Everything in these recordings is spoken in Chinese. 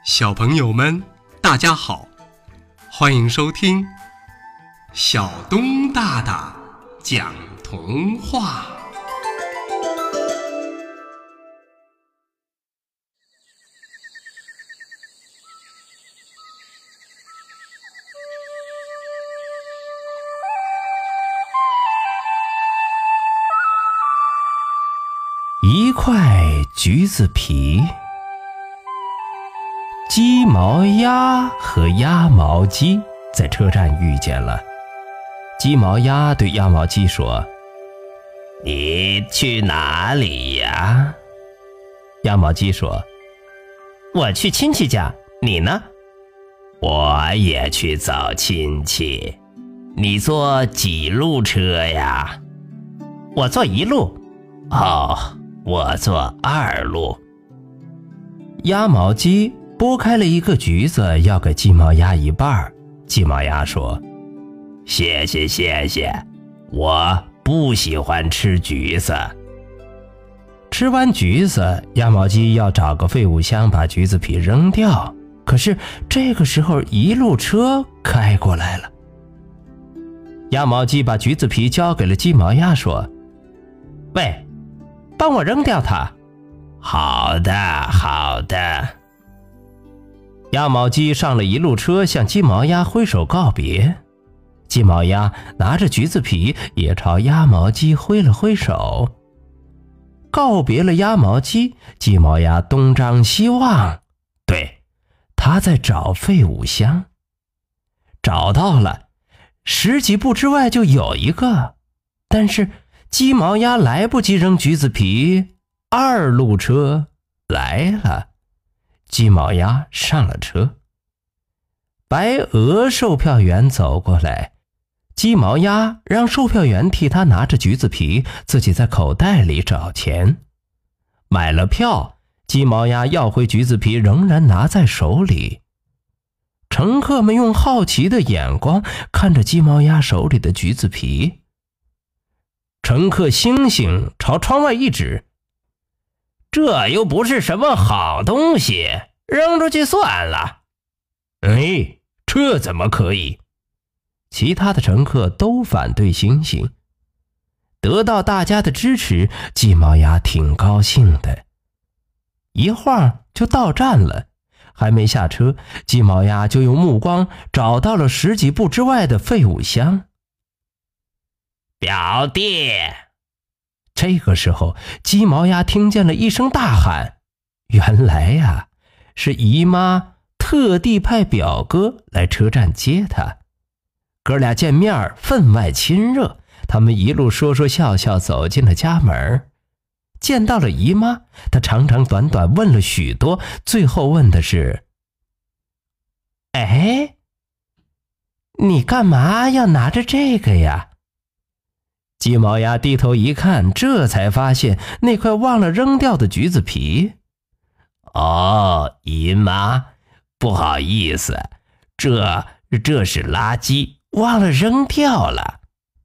小朋友们，大家好，欢迎收听小东大大讲童话。 一块橘子皮。鸡毛鸭和鸭毛鸡在车站遇见了。鸡毛鸭对鸭毛鸡说：“你去哪里呀？”鸭毛鸡说：“我去亲戚家，你呢？”“我也去走亲戚。你坐几路车呀？”“我坐1路。”“哦，我坐2路。”鸭毛鸡剥开了一个橘子，要给鸡毛鸭一半。鸡毛鸭说：“谢谢谢谢，我不喜欢吃橘子。”吃完橘子，鸭毛鸡要找个废物箱把橘子皮扔掉，可是这个时候1路车开过来了。鸭毛鸡把橘子皮交给了鸡毛鸭，说：“喂，帮我扔掉它。”“好的好的。”鸭毛鸡上了1路车，向鸡毛鸭挥手告别。鸡毛鸭拿着橘子皮也朝鸭毛鸡挥了挥手。告别了鸭毛鸡，鸡毛鸭东张西望，对，他在找废物箱。找到了，10几步之外就有一个，但是鸡毛鸭来不及扔橘子皮，2路车来了。鸡毛鸭上了车。白鹅售票员走过来，鸡毛鸭让售票员替他拿着橘子皮，自己在口袋里找钱。买了票，鸡毛鸭要回橘子皮，仍然拿在手里。乘客们用好奇的眼光看着鸡毛鸭手里的橘子皮。乘客星星朝窗外一指：“这又不是什么好东西，扔出去算了。”“哎，这怎么可以？”其他的乘客都反对星星。得到大家的支持，鸡毛鸭挺高兴的。一晃就到站了，还没下车，鸡毛鸭就用目光找到了10几步之外的废物箱。“表弟！”这个时候，鸡毛鸭听见了一声大喊，原来呀，是姨妈特地派表哥来车站接她。哥俩见面分外亲热，他们一路说说笑笑走进了家门。见到了姨妈，她长长短短问了许多，最后问的是：“哎，你干嘛要拿着这个呀？”鸡毛鸭低头一看，这才发现那块忘了扔掉的橘子皮。“哦，姨妈，不好意思，这是垃圾，忘了扔掉了。”“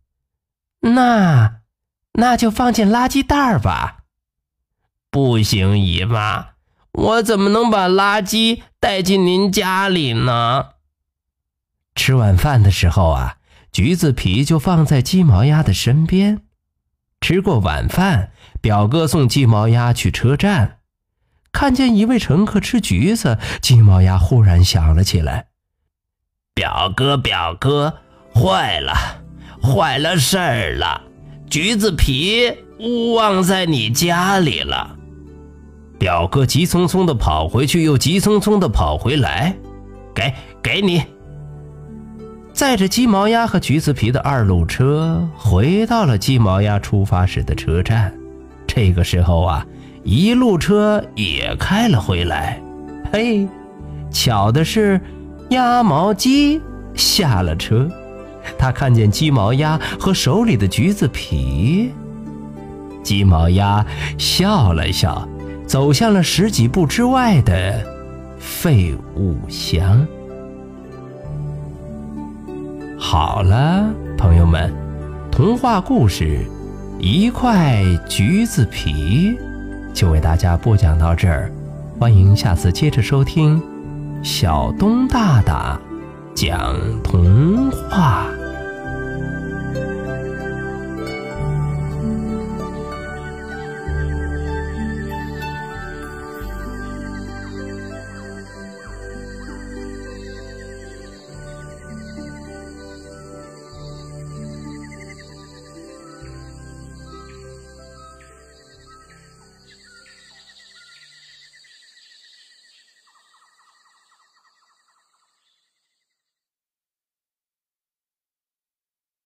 那就放进垃圾袋吧。”“不行，姨妈，我怎么能把垃圾带进您家里呢？”吃晚饭的时候啊，橘子皮就放在鸡毛鸭的身边。吃过晚饭，表哥送鸡毛鸭去车站，看见一位乘客吃橘子，鸡毛鸭忽然想了起来：“表哥，坏了事儿了，橘子皮忘在你家里了。”表哥急匆匆地跑回去，又急匆匆地跑回来，“给你。”载着鸡毛鸭和橘子皮的2路车回到了鸡毛鸭出发时的车站。这个时候啊，1路车也开了回来。嘿，巧的是鸭毛鸡下了车，他看见鸡毛鸭和手里的橘子皮。鸡毛鸭笑了笑，走向了10几步之外的废物箱。好了，朋友们，童话故事《一块橘子皮》就为大家播讲到这儿，欢迎下次接着收听小东大大讲童话。